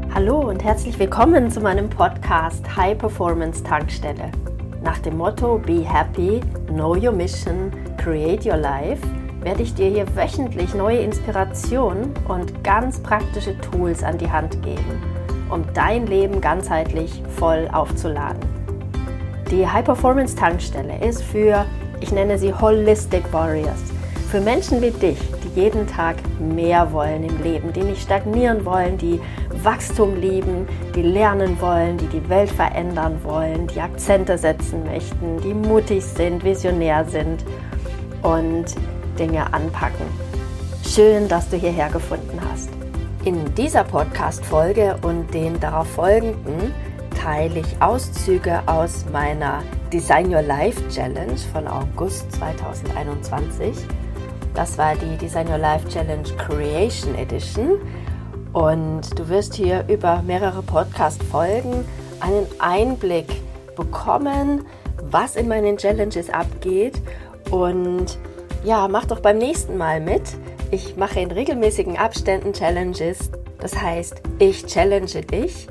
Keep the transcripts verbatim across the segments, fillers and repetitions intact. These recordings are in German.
Hallo und herzlich willkommen zu meinem Podcast High Performance Tankstelle. Nach dem Motto Be Happy, Know Your Mission, Create Your Life werde ich dir hier wöchentlich neue Inspirationen und ganz praktische Tools an die Hand geben, um dein Leben ganzheitlich voll aufzuladen. Die High Performance Tankstelle ist für, ich nenne sie Holistic Warriors, für Menschen wie dich, die jeden Tag mehr wollen im Leben, die nicht stagnieren wollen, die Wachstum lieben, die lernen wollen, die die Welt verändern wollen, die Akzente setzen möchten, die mutig sind, visionär sind und Dinge anpacken. Schön, dass du hierher gefunden hast. In dieser Podcast-Folge und den darauf folgenden teile ich Auszüge aus meiner Design Your Life Challenge von August zweitausendeinundzwanzig. Das war die Design Your Life Challenge Creation Edition. Und du wirst hier über mehrere Podcast-Folgen einen Einblick bekommen, was in meinen Challenges abgeht. Und ja, mach doch beim nächsten Mal mit. Ich mache in regelmäßigen Abständen Challenges. Das heißt, ich challenge dich.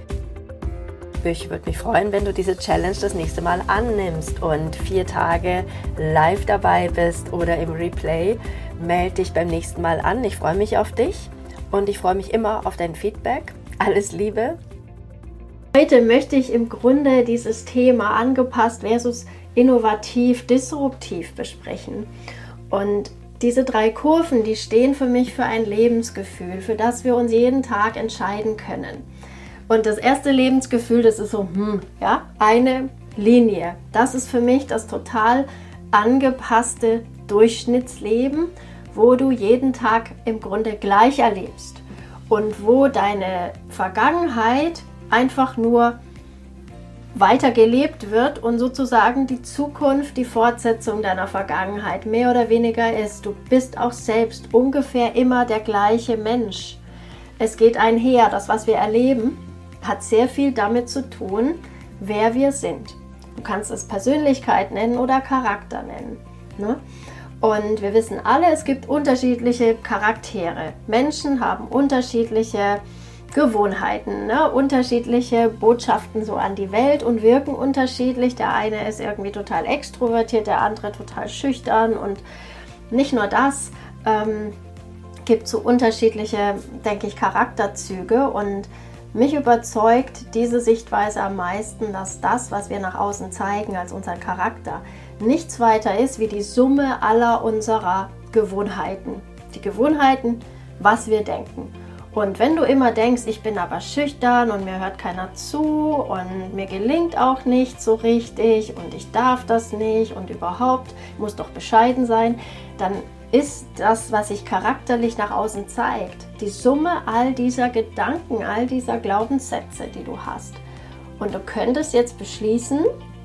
Ich würde mich freuen, wenn du diese Challenge das nächste Mal annimmst und vier Tage live dabei bist oder im Replay. Melde dich beim nächsten Mal an. Ich freue mich auf dich. Und ich freue mich immer auf dein Feedback. Alles Liebe. Heute möchte ich im Grunde dieses Thema angepasst versus innovativ, disruptiv besprechen. Und diese drei Kurven, die stehen für mich für ein Lebensgefühl, für das wir uns jeden Tag entscheiden können. Und das erste Lebensgefühl, das ist so, hm, ja, eine Linie. Das ist für mich das total angepasste Durchschnittsleben, wo du jeden Tag im Grunde gleich erlebst und wo deine Vergangenheit einfach nur weitergelebt wird und sozusagen die Zukunft, die Fortsetzung deiner Vergangenheit mehr oder weniger ist. Du bist auch selbst ungefähr immer der gleiche Mensch. Es geht einher, das, was wir erleben, hat sehr viel damit zu tun, wer wir sind. Du kannst es Persönlichkeit nennen oder Charakter nennen, ne? Und wir wissen alle, es gibt unterschiedliche Charaktere. Menschen haben unterschiedliche Gewohnheiten, ne? Unterschiedliche Botschaften so an die Welt und wirken unterschiedlich. Der eine ist irgendwie total extrovertiert, der andere total schüchtern. Und nicht nur das, ähm, gibt so unterschiedliche, denke ich, Charakterzüge. Und mich überzeugt diese Sichtweise am meisten, dass das, was wir nach außen zeigen als unseren Charakter, nichts weiter ist wie die Summe aller unserer Gewohnheiten. Die Gewohnheiten, was wir denken. Und wenn du immer denkst, ich bin aber schüchtern und mir hört keiner zu und mir gelingt auch nicht so richtig und ich darf das nicht und überhaupt, muss doch bescheiden sein, dann ist das, was sich charakterlich nach außen zeigt, die Summe all dieser Gedanken, all dieser Glaubenssätze, die du hast. Und du könntest jetzt beschließen,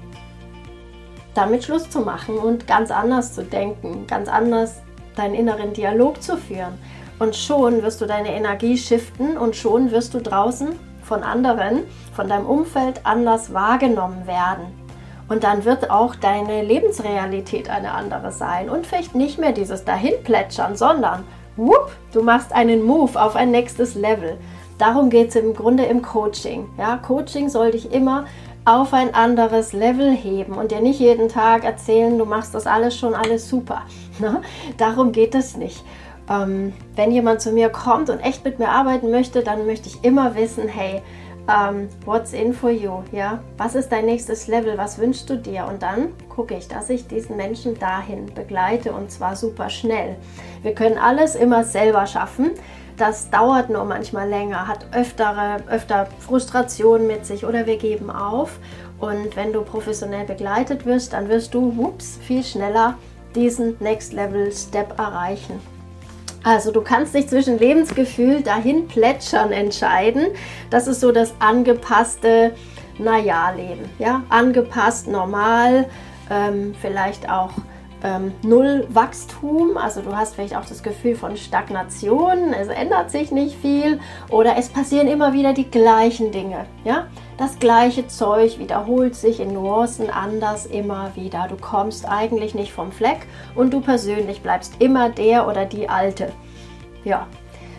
damit Schluss zu machen und ganz anders zu denken, ganz anders deinen inneren Dialog zu führen. Und schon wirst du deine Energie shiften und schon wirst du draußen von anderen, von deinem Umfeld anders wahrgenommen werden. Und dann wird auch deine Lebensrealität eine andere sein und vielleicht nicht mehr dieses Dahinplätschern, sondern whoop, du machst einen Move auf ein nächstes Level. Darum geht es im Grunde im Coaching. Ja, Coaching soll dich immer auf ein anderes Level heben und dir nicht jeden Tag erzählen, du machst das alles schon, alles super. Ne? Darum geht es nicht. Ähm, wenn jemand zu mir kommt und echt mit mir arbeiten möchte, dann möchte ich immer wissen, hey, um, what's in for you? Ja? Was ist dein nächstes Level? Was wünschst du dir? Und dann gucke ich, dass ich diesen Menschen dahin begleite und zwar super schnell. Wir können alles immer selber schaffen. Das dauert nur manchmal länger, hat öftere, öfter Frustration mit sich oder wir geben auf. Und wenn du professionell begleitet wirst, dann wirst du whoops, viel schneller diesen Next Level Step erreichen. Also du kannst dich zwischen Lebensgefühl dahin plätschern entscheiden. Das ist so das angepasste, naja, Leben. Ja? Angepasst, normal, ähm, vielleicht auch ähm, null Wachstum. Also du hast vielleicht auch das Gefühl von Stagnation, es ändert sich nicht viel oder es passieren immer wieder die gleichen Dinge. Ja? Das gleiche Zeug wiederholt sich in Nuancen anders immer wieder. Du kommst eigentlich nicht vom Fleck und du persönlich bleibst immer der oder die Alte. Ja,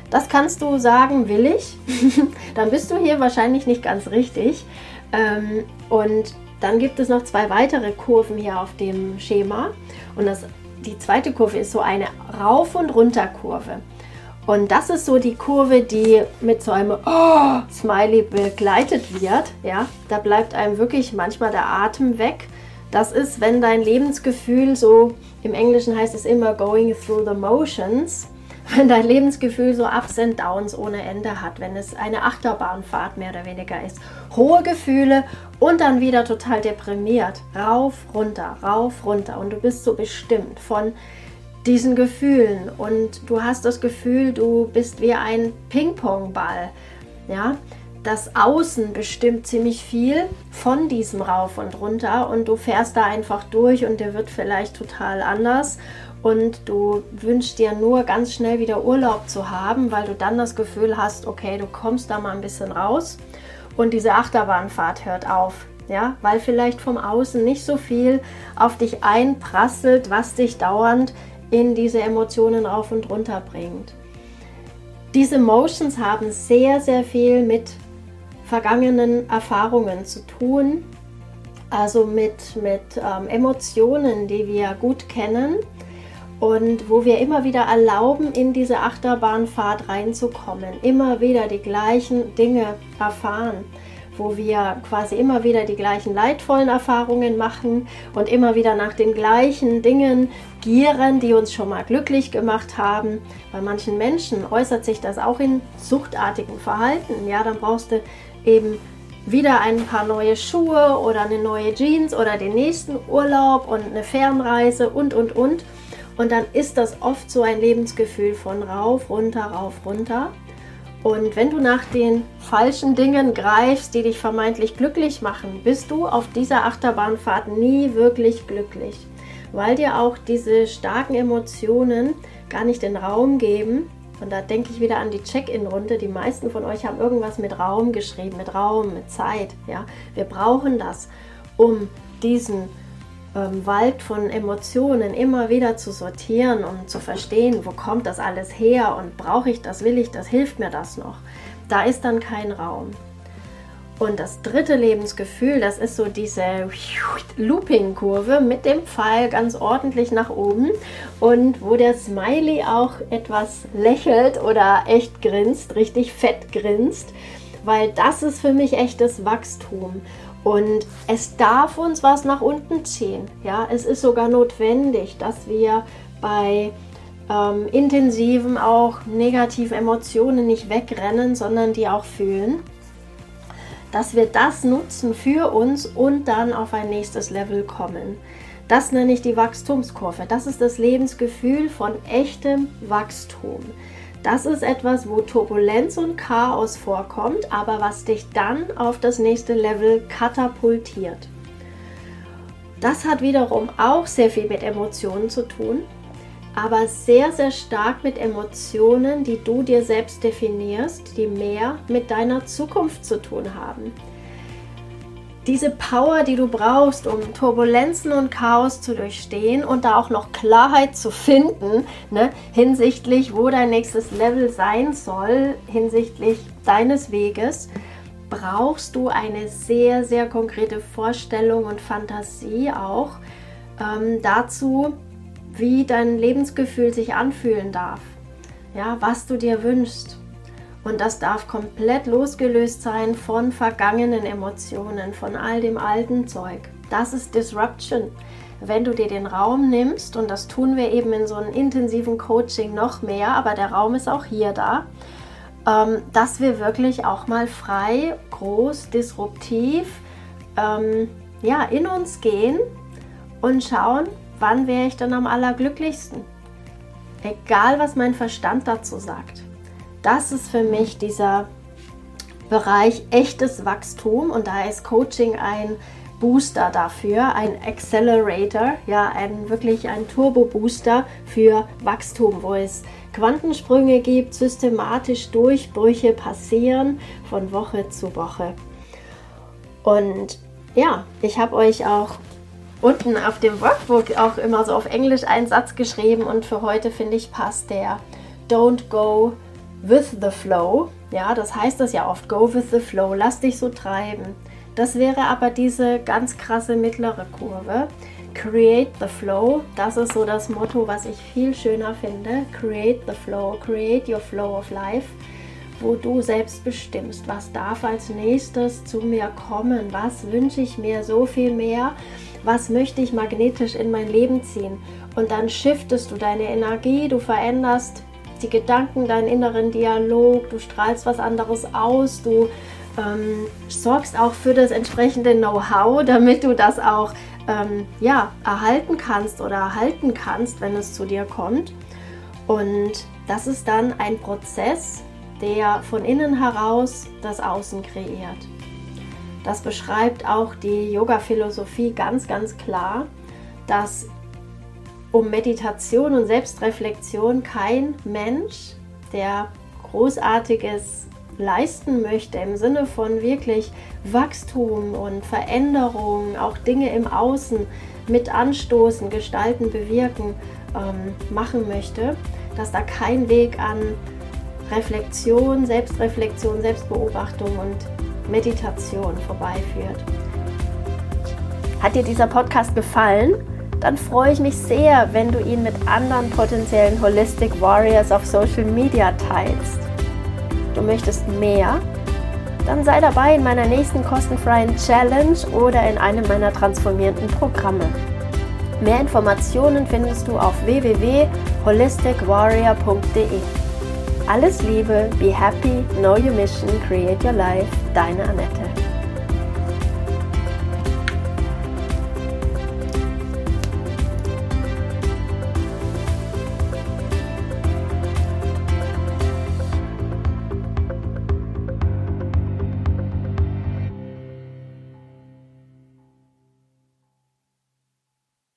Das kannst du sagen, will ich. Dann bist du hier wahrscheinlich nicht ganz richtig. Ähm, und dann gibt es noch zwei weitere Kurven hier auf dem Schema. Und das, die zweite Kurve ist so eine Rauf- und Runter-Kurve. Und das ist so die Kurve, die mit so einem oh, Smiley begleitet wird. Ja, da bleibt einem wirklich manchmal der Atem weg. Das ist, wenn dein Lebensgefühl so, im Englischen heißt es immer going through the motions, wenn dein Lebensgefühl so Ups and Downs ohne Ende hat, wenn es eine Achterbahnfahrt mehr oder weniger ist. Hohe Gefühle und dann wieder total deprimiert. Rauf, runter, rauf, runter. Und du bist so bestimmt von diesen Gefühlen. Und du hast das Gefühl, du bist wie ein Ping-Pong-Ball. Ja? Das Außen bestimmt ziemlich viel von diesem Rauf und runter. Und du fährst da einfach durch und dir wird vielleicht total anders. Und du wünschst dir nur ganz schnell wieder Urlaub zu haben, weil du dann das Gefühl hast, okay, du kommst da mal ein bisschen raus und diese Achterbahnfahrt hört auf. Ja, weil vielleicht vom Außen nicht so viel auf dich einprasselt, was dich dauernd in diese Emotionen rauf und runter bringt. Diese Emotions haben sehr, sehr viel mit vergangenen Erfahrungen zu tun, also mit, mit ähm, Emotionen, die wir gut kennen. Und wo wir immer wieder erlauben, in diese Achterbahnfahrt reinzukommen, immer wieder die gleichen Dinge erfahren, wo wir quasi immer wieder die gleichen leidvollen Erfahrungen machen und immer wieder nach den gleichen Dingen gieren, die uns schon mal glücklich gemacht haben. Bei manchen Menschen äußert sich das auch in suchtartigem Verhalten. Ja, dann brauchst du eben wieder ein paar neue Schuhe oder eine neue Jeans oder den nächsten Urlaub und eine Fernreise und, und, und. Und dann ist das oft so ein Lebensgefühl von rauf, runter, rauf, runter. Und wenn du nach den falschen Dingen greifst, die dich vermeintlich glücklich machen, bist du auf dieser Achterbahnfahrt nie wirklich glücklich. Weil dir auch diese starken Emotionen gar nicht den Raum geben. Und da denke ich wieder an die Check-in-Runde. Die meisten von euch haben irgendwas mit Raum geschrieben, mit Raum, mit Zeit. Ja? Wir brauchen das, um diesen Wald von Emotionen immer wieder zu sortieren und zu verstehen, wo kommt das alles her und brauche ich das, will ich das, hilft mir das noch. Da ist dann kein Raum. Und das dritte Lebensgefühl, das ist so diese Looping-Kurve mit dem Pfeil ganz ordentlich nach oben und wo der Smiley auch etwas lächelt oder echt grinst, richtig fett grinst, weil das ist für mich echtes Wachstum. Und es darf uns was nach unten ziehen. Ja? Es ist sogar notwendig, dass wir bei ähm, intensiven, auch negativen Emotionen nicht wegrennen, sondern die auch fühlen. Dass wir das nutzen für uns und dann auf ein nächstes Level kommen. Das nenne ich die Wachstumskurve. Das ist das Lebensgefühl von echtem Wachstum. Das ist etwas, wo Turbulenz und Chaos vorkommt, aber was dich dann auf das nächste Level katapultiert. Das hat wiederum auch sehr viel mit Emotionen zu tun, aber sehr, sehr stark mit Emotionen, die du dir selbst definierst, die mehr mit deiner Zukunft zu tun haben. Diese Power, die du brauchst, um Turbulenzen und Chaos zu durchstehen und da auch noch Klarheit zu finden, ne, hinsichtlich, wo dein nächstes Level sein soll, hinsichtlich deines Weges, brauchst du eine sehr, sehr konkrete Vorstellung und Fantasie auch ähm, dazu, wie dein Lebensgefühl sich anfühlen darf, ja, was du dir wünschst. Und das darf komplett losgelöst sein von vergangenen Emotionen, von all dem alten Zeug. Das ist Disruption. Wenn du dir den Raum nimmst, und das tun wir eben in so einem intensiven Coaching noch mehr, aber der Raum ist auch hier da, ähm, dass wir wirklich auch mal frei, groß, disruptiv ähm, ja, in uns gehen und schauen, wann wäre ich dann am allerglücklichsten. Egal, was mein Verstand dazu sagt. Das ist für mich dieser Bereich echtes Wachstum und da ist Coaching ein Booster dafür, ein Accelerator, ja, ein wirklich ein Turbo-Booster für Wachstum, wo es Quantensprünge gibt, systematisch Durchbrüche passieren von Woche zu Woche. Und ja, ich habe euch auch unten auf dem Workbook auch immer so auf Englisch einen Satz geschrieben und für heute finde ich passt der Don't go with the flow, ja, das heißt das ja oft, go with the flow, lass dich so treiben. Das wäre aber diese ganz krasse mittlere Kurve. Create the flow, das ist so das Motto, was ich viel schöner finde. Create the flow, create your flow of life, wo du selbst bestimmst, was darf als nächstes zu mir kommen, was wünsche ich mir so viel mehr, was möchte ich magnetisch in mein Leben ziehen. Und dann shiftest du deine Energie, du veränderst die Gedanken, deinen inneren Dialog, du strahlst was anderes aus, du ähm, sorgst auch für das entsprechende Know-how, damit du das auch ähm, ja, erhalten kannst oder erhalten kannst, wenn es zu dir kommt. Und das ist dann ein Prozess, der von innen heraus das Außen kreiert. Das beschreibt auch die Yoga-Philosophie ganz, ganz klar, dass um Meditation und Selbstreflexion kein Mensch, der Großartiges leisten möchte, im Sinne von wirklich Wachstum und Veränderung, auch Dinge im Außen mit anstoßen, gestalten, bewirken, ähm, machen möchte, dass da kein Weg an Reflexion, Selbstreflexion, Selbstbeobachtung und Meditation vorbeiführt. Hat dir dieser Podcast gefallen? Dann freue ich mich sehr, wenn du ihn mit anderen potenziellen Holistic Warriors auf Social Media teilst. Du möchtest mehr? Dann sei dabei in meiner nächsten kostenfreien Challenge oder in einem meiner transformierenden Programme. Mehr Informationen findest du auf w w w punkt holistic warrior punkt d e. Alles Liebe, be happy, know your mission, create your life, deine Annette.